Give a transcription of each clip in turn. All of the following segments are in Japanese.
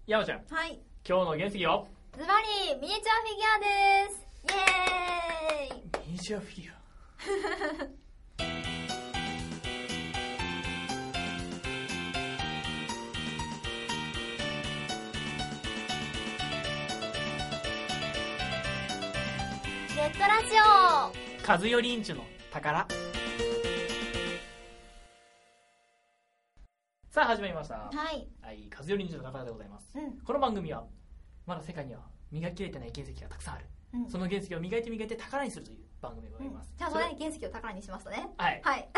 山ちゃん、 はい。 今日の原石はズバリミニチュアフィギュアです。イエーイ。 ミニチュアフィギュアネットラジオカズヨリンチュの宝。さあ始まりました。 はい、 はい、カズヨリンチュの宝でございます、 うん、 この番組はまだ世界には磨ききれてない原石がたくさんある、うん、その原石を磨いて宝にするという番組でございます、 じゃあそれに原石を宝にしましたね。 はい、 はい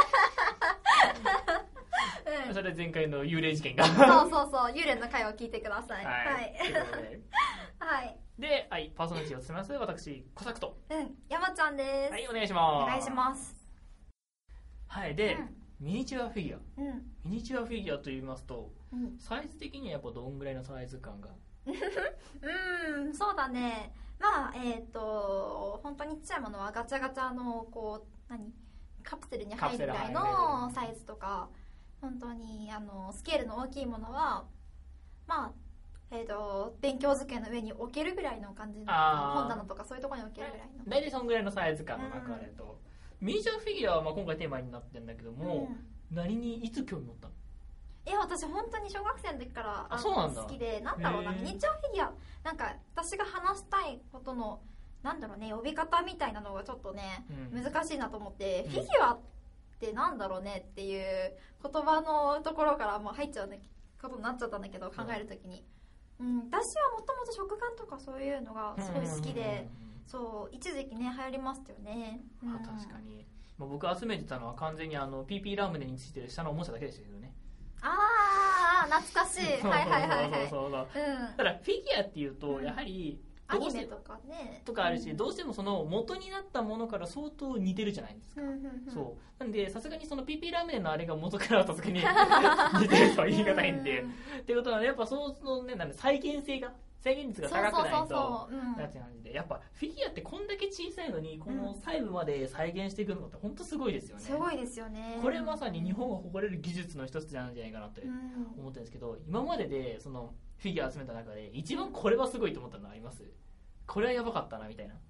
それで前回の幽霊事件がそう幽霊の回を聞いてください。はい、はい、 で、はい、パーソナリティを務めます私コサクと、 山ちゃんです。 はい、お願いします。 お願いします。 はい、で、ミニチュアフィギュア、ミニチュアフィギュアと言いますと、サイズ的にはやっぱどんぐらいのサイズ感がそうだね。まあ本当にちっちゃいものはガチャガチャのこうカプセルに入るぐらいのサイズとか、本当にスケールの大きいものはまあ勉強机の上に置けるぐらいの感じの本棚とかそういうところに置けるぐらいの大体そんぐらいのサイズ感の中でと、ミニチュアフィギュアはまあ今回テーマになってるんだけども、何にいつ興味持ったの？ 私本当に小学生の時から好きで、なんだろうな、ミニチュアフィギュアなんか私が話したいことのなんだろうね、呼び方みたいなのがちょっとね、難しいなと思って、フィギュアってなんだろうねっていう言葉のところからもう入っちゃうことになっちゃったんだけど、考えるときに、私はもともと食玩とかそういうのがすごい好きで、そう一時期ね流行りましたよね。 確かに、僕集めてたのは完全にPP ラムネについてる下のおもちゃだけでしたけどね。 懐かしい。 ただフィギュアっていうとやはりアニメとかねとかあるし、どうしてもその元になったものから相当似てるじゃないですか。そうなんでさすがにその PP ラムネのあれが元からはさすがに似てるとは言い難いんで、っていうことはやっぱそのね、再現性が再現率が高くないとなって感じで、やっぱフィギュアってこんだけ小さいのにこの細部まで再現していくのって本当すごいですよね。 すごいですよね。 これまさに日本が誇れる技術の一つなんじゃないかなって思ってるんですけど、今まででそのフィギュア集めた中で一番これはすごいと思ったのあります？これはやばかったなみたいな。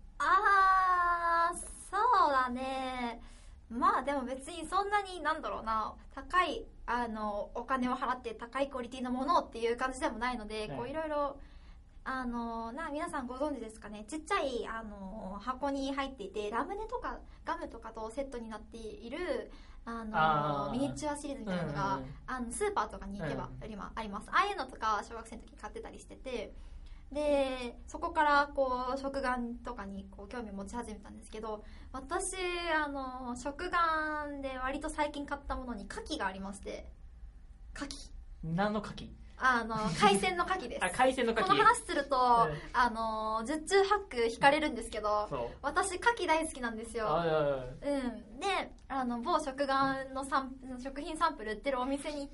そうだね。まあでも別にそんなになんだろうな、高いお金を払って高いクオリティのものっていう感じでもないので、こういろいろ皆さんご存知ですかね、ちっちゃい箱に入っていてラムネとかガムとかとセットになっているミニチュアシリーズみたいなのが、スーパーとかに行けばあります。ああいうのとか小学生の時買ってたりしてて、でそこからこう食玩とかにこう興味を持ち始めたんですけど、私食玩で割と最近買ったものに牡蠣がありまして。牡蠣、 何の牡蠣？ 海鮮の牡蠣です。 海鮮の牡蠣。 この話すると、十中八九引かれるんですけど、私牡蠣大好きなんですよ。で某食玩の食品サンプル売ってるお店に行って、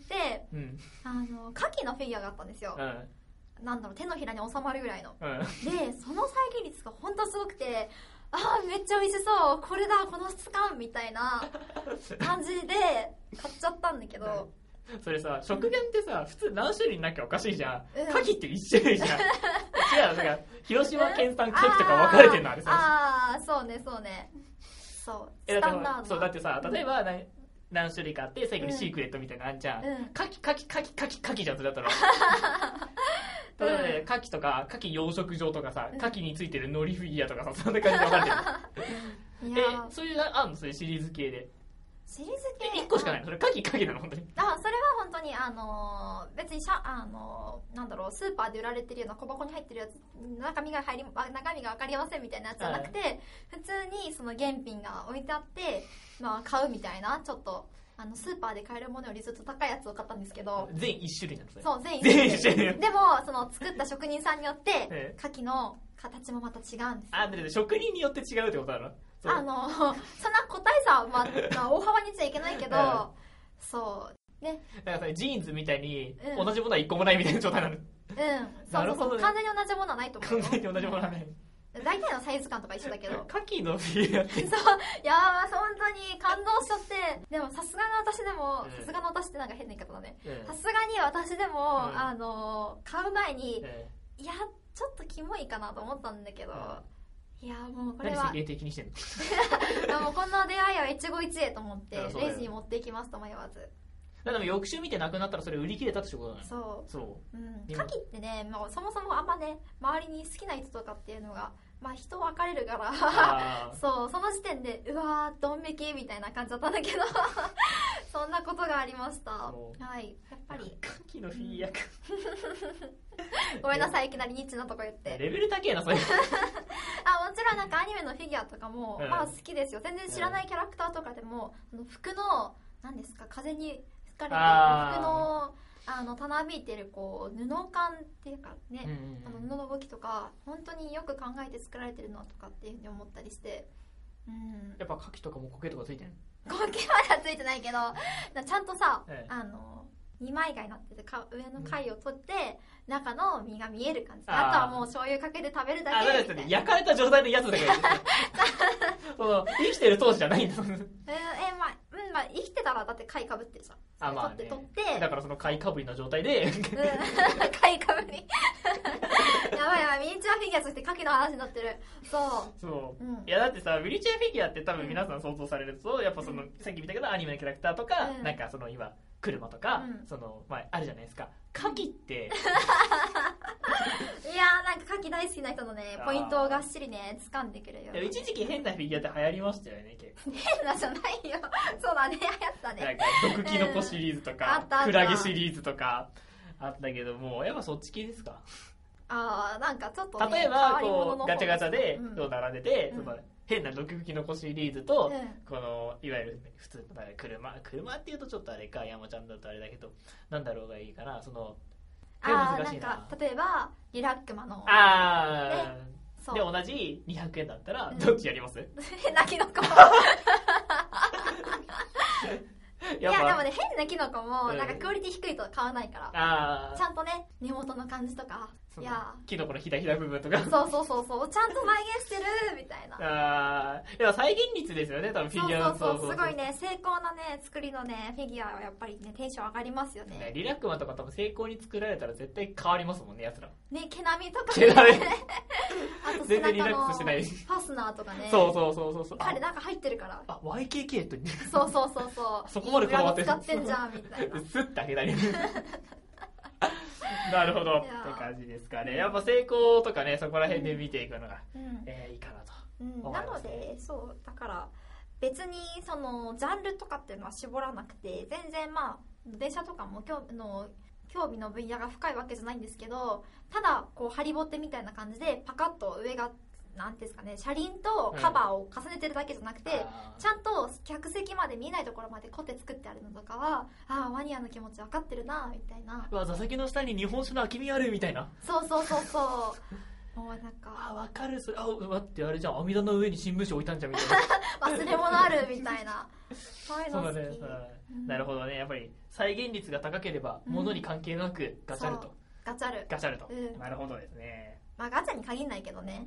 牡蠣のフィギュアがあったんですよ。なんだろう、手のひらに収まるぐらいの、でその再現率が本当すごくて、めっちゃ美味しそう、これだこの質感みたいな感じで買っちゃったんだけど、 それさ、食玩ってさ、普通何種類なきゃおかしいじゃん。牡蠣って1種類じゃん。違う、だから広島県産牡蠣とか分かれてるのあれさ。 そうねスタンダード。 そうだってさ、例えば何種類かあって最後にシークレットみたいなのあんじゃん。牡蠣じゃん、それだったら。例えばね、牡蠣とか牡蠣養殖場とかさ、牡蠣についてる海苔フィギュアとかさ、そんな感じで分かれてる。そういうあんの？そういうシリーズ系で。 シリーズ系 1個しかないの？それ牡蠣なの本当に？ それは本当に別になんだろう、スーパーで売られてるような小箱に入ってるやつ、中身が分かりませんみたいなやつじゃなくて、普通にその原品が置いてあって、買うみたいな、ちょっとスーパーで買えるものよりずっと高いやつを買ったんですけど、 全1種類なんですね。 そう、全1種類でもその作った職人さんによって牡蠣の形もまた違うんですよ。 職人によって違うってことだろ？ そんな個体差は、大幅に言っちゃいけないけど、そうね。 だからジーンズみたいに同じものは1個もないみたいな状態なの。 なるほどね。完全に同じものはないと思うよ。 完全に同じものはない。 大体のサイズ感とか一緒だけど。 牡蠣のフィギュアって。 そう、いや本当に感動しちゃって、でもさすがの私でも、さすがの私ってなんか変な言い方だね。さすがに私でも、 買う前に、いやちょっとキモいかなと思ったんだけど、いやもうこれは何世間的にしてんのもうこんな出会いは一期一会と思ってレジに持っていきますと迷わず。 でも翌週見てなくなったらそれ売り切れたってことだね。 そう、牡蠣ってね、もうそもそもあんまね周りに好きな人とかっていうのがまあ人分かれるからそう、その時点でうわードン引きみたいな感じだったんだけどそんなことがありました。はい、やっぱり牡蠣のフィギュアかごめんなさい、いきなりニッチなとこ言ってレベル高えなそれもちろんなんかアニメのフィギュアとかも、まあ好きですよ。全然知らないキャラクターとかでも、服の何ですか、風に吹かれてる服のたなびいてるこう布感っていうかね、布の動きとか本当によく考えて作られてるのとかっていうふうに思ったりして、 やっぱ牡蠣とかも苔とかついてるの？ 苔まではついてないけどちゃんとさ、二枚貝になってて上の貝を取って中の身が見える感じで、あとはもう醤油かけて食べるだけみたいな。 そうですね、焼かれた状態のやつだからその生きてる当時じゃないんだまあ生きてたらだって貝かぶってるじゃん。取ってだからその貝かぶりの状態で貝かぶりやばいやばい、ミニチュアフィギュアとして牡蠣の話になってる。 そう、いやだってさ、ミニチュアフィギュアって多分皆さん想像されると、やっぱそのさっき見たけどアニメのキャラクターとか、なんかその今車とか、そのまああるじゃないですか。牡蠣っていやなんか牡蠣大好きな人のねポイントをがっしりね掴んでくるよ。 一時期変なフィギュアって流行りましたよね。結構変なじゃないよそうだね、流行ったね。 なんか毒キノコシリーズとか、クラゲシリーズとかあったけども、やっぱそっち系ですか？ なんかちょっとね、 例えばこうガチャガチャで並んでて、その変な毒キノコシリーズと、このいわゆる普通の車っていうとちょっとあれか、山ちゃんだとあれだけど、なんだろうがいいかな、その難しいな。 なんか例えばリラックマので同じ200円だったらどっちやります？ 変なキノコいやでもね、変なキノコもなんかクオリティ低いと買わないから、ちゃんとね根元の感じとか、 いやキノコのひだひだ部分とかそうちゃんと再現してるみたいな。 でも再現率ですよね、多分フィギュアの。 そうすごいね、精巧なね作りのねフィギュアはやっぱりねテンション上がりますよね。 リラックマとか多分精巧に作られたら絶対変わりますもんね、やつらね。毛並みとかねあと全然リラックスしてないファスナーとかね。 そう彼なんか入ってるから、 YKK とそうそこまでこだわって使ってんじゃんみたいなスッてあげたりなるほどって感じですかね。やっぱ成功とかね、そこら辺で見ていくのが、いいかなと思います、ね。 なのでそうだから別にそのジャンルとかっていうのは絞らなくて、全然まあ電車とかも興味の分野が深いわけじゃないんですけど、ただこうハリボテみたいな感じでパカッと上がなんですかね、車輪とカバーを重ねてるだけじゃなくて、ちゃんと客席まで見えないところまでコテ作ってあるのとかは、マニアの気持ち分かってるなみたいな。 座席の下に日本酒の空き瓶あるみたいな。 そうもうなんか分かる、それ待ってあれじゃん、網戸の上に新聞紙置いたんじゃんみたいな忘れ物あるみたいなそういうの好き。 なるほどね。やっぱり再現率が高ければ物に関係なくガチャルと、ガチャルと、なるほどですね。 まあガチャに限んないけどね。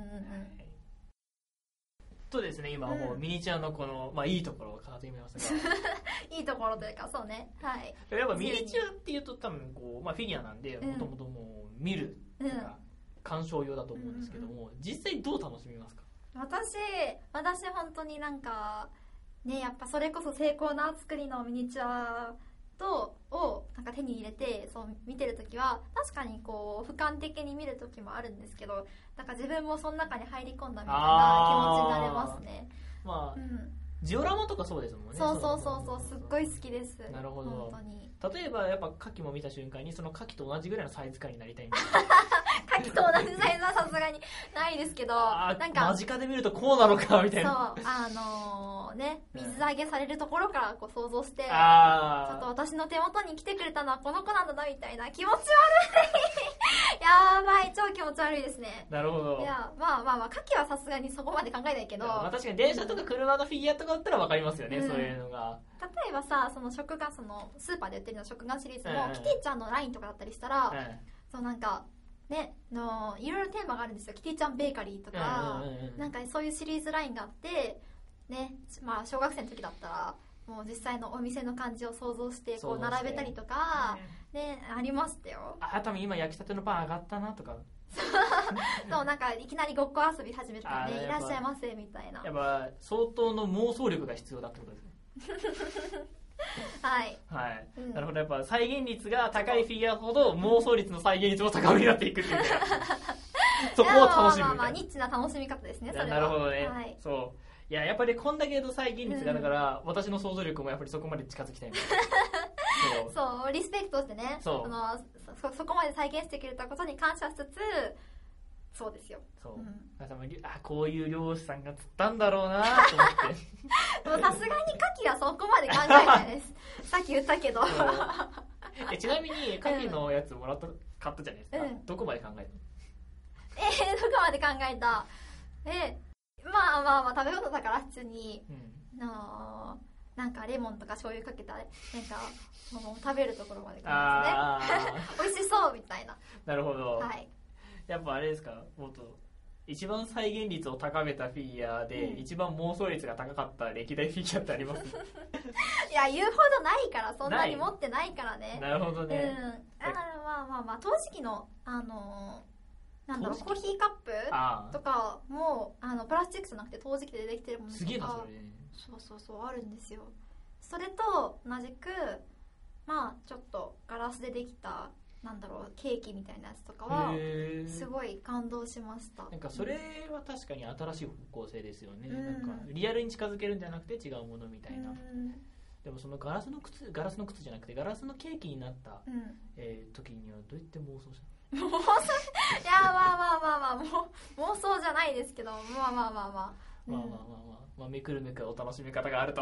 とですね、今もうミニチュアのこの、いいところを語ってみましたがいいところというか、そうね、はい。 やっぱミニチュアっていうと多分こう、フィギュアなんでもともともう見るとか鑑賞用だと思うんですけども、実際どう楽しみますか？ 私本当になんかね、やっぱそれこそ精巧な作りのミニチュアをなんか手に入れてそう見てるときは確かにこう俯瞰的に見るときもあるんですけど、なんか自分もその中に入り込んだみたいな気持ちになれますね。 ジオラマとかそうですもんね。 そうすっごい好きです。 なるほど。 本当に例えばやっぱ牡蠣も見た瞬間にその牡蠣と同じぐらいのサイズ感になりたいんです牡蠣と同じサイズはさすがにないですけど、なんか間近で見るとこうなのかみたいな。 そうね、水揚げされるところからこう想像して、ちょっと私の手元に来てくれたのはこの子なんだなみたいな、気持ち悪いやばい、超気持ち悪いですね。 なるほど。 いや牡蠣はさすがにそこまで考えないけど、 確かに電車とか車のフィギュアとかだったら分かりますよね、そういうのが。 例えばさ、その食玩、そのスーパーで売ってるような食玩シリーズも、キティちゃんのラインとかだったりしたら、そうなんかね、いろいろテーマがあるんですよ。キティちゃんベーカリーとか、なんかそういうシリーズラインがあってね、小学生の時だったらもう実際のお店の感じを想像してこう並べたりとか、ね、ありましたよ。 多分今焼きたてのパン上がったなとかそう、なんかいきなりごっこ遊び始めたね、いらっしゃいませみたいな。 やっぱ相当の妄想力が必要だってことですね。 はい、 はい、なるほど。やっぱ再現率が高いフィギュアほど妄想率の再現率も高めになっていくっていうそこを楽しむみたいな。 ニッチな楽しみ方ですね、それは。 なるほどね、 はい、 そう。いや、やっぱりこんだけの再現率があるから、私の想像力もやっぱりそこまで近づきたいみたいなそう、リスペクトしてね、そこまで再現してくれたことに感謝しつつ、そうですよ。 そう、こういう漁師さんが釣ったんだろうなと思ってもうさすがに牡蠣はそこまで考えないですさっき言ったけどちなみに牡蠣のやつ買ったじゃないですか、どこまで考えたの？ どこまで考えた？まあ食べ物だから普通に、なんかレモンとか醤油かけたなんかもう食べるところまで考えますね美味しそうみたいな。 なるほど。 はい。 やっぱあれですか、もっと一番再現率を高めたフィギュアで、一番妄想率が高かった歴代フィギュアってあります？ いや、言うほどないから、そんなに持ってないからね。 なるほどね。 まあ陶磁器のなんだろう、コーヒーカップとかもプラスチックじゃなくて陶磁器でできてるものとか、 すげえなそれ。 そうあるんですよ。それと同じくまあちょっとガラスでできたなんだろう、ケーキみたいなやつとかはすごい感動しました。 なんかそれは確かに新しい方向性ですよね、なんかリアルに近づけるんじゃなくて違うものみたいな。でもそのガラスの靴じゃなくてガラスのケーキになった、時にはどうやって妄想したの？妄想いや、まあ妄想じゃないですけど、まあめくるめくお楽しみ方があると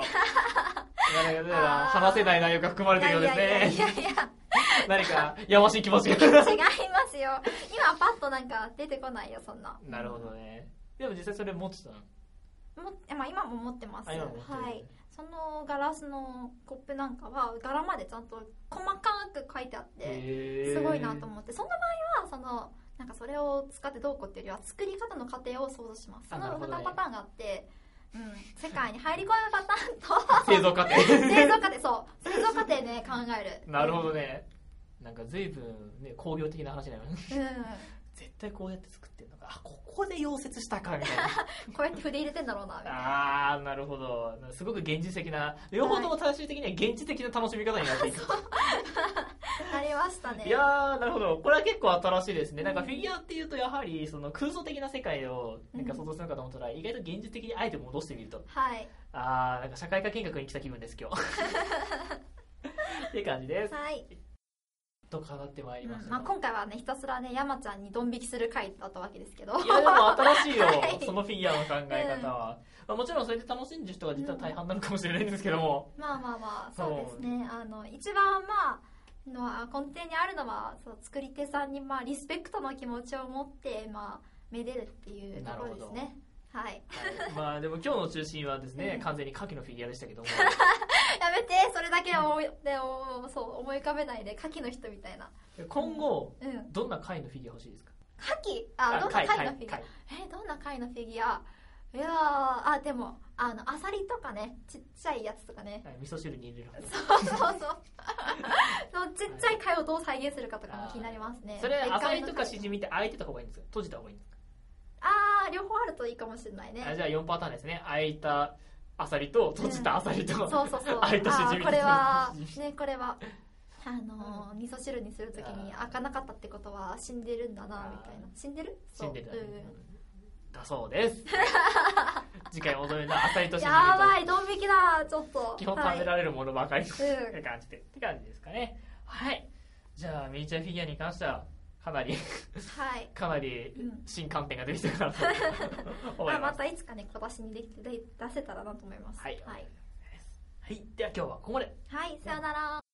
話せない内容が含まれているようですね。いや何かやましい気持ちが違いますよ。今パッとなんか出てこないよ、そんな。 なるほどね。でも実際それ持ってたの？ 今も持ってます。はい。そのガラスのコップなんかは柄までちゃんと細かく書いてあってすごいなと思って、その場合はなんかそれを使ってどうこうっていうよりは作り方の過程を想像します。その2パターンがあって、世界に入り込むパターンと製造過程製造過程ね、考える。 なるほどね。なんか随分ね工業的な話なのね。絶対こうやって作ってるのか、ここで溶接したかみたいなこうやって筆入れてんだろうなみたいな。 なるほど。すごく現実的な、両方とも最終的には現実的な楽しみ方になっていくなりましたね。 いやー、なるほど。これは結構新しいですね。なんかフィギュアっていうとやはりその空想的な世界をなんか想像するのかと思ったら、意外と現実的にあえて戻してみると、なんか社会科見学に来た気分です今日っていう感じです。と語ってまいりました、 今回はね、ひたすらね、山ちゃんにドン引きする回だったわけですけど、 いやでも新しいよそのフィギュアの考え方は、もちろんそれで楽しんでる人が実は大半なのかもしれないんですけども、 そうですね。一番根底にあるのは作り手さんにリスペクトの気持ちを持ってめでるっていうところですね。 でも今日の中心はですね、完全に牡蠣のフィギュアでしたけどもやめて、それだけは思い浮かべないで、牡蠣の人みたいな。 今後、どんな貝のフィギュア欲しいですか？ 牡蠣？どんな貝のフィギュア？どんな貝のフィギュア？いやでもアサリとかね、ちっちゃいやつとかね、 味噌汁に入れるそうちっちゃい貝をどう再現するかとかも気になりますね。 それアサリとかシジミって開いてた方がいいんですか、閉じた方がいいんですか？ 両方あるといいかもしれないね。 じゃあ4パターンですね。開いたアサリと閉じたアサリと、開いたシジミと。 これは味噌汁にするときに開かなかったってことは死んでるんだなみたいな。死んでるだそうです次回戻るのはアサリとシジミと。 やばい、ドン引きだ、ちょっと。 基本食べられるものばかりって感じですかね。はい。じゃあミニチュアフィギュアに関してはかなり新観点が出てきたかなと思います。 またいつかね、小出しに出せたらなと思います。 はい、では今日はここまで。 さよなら。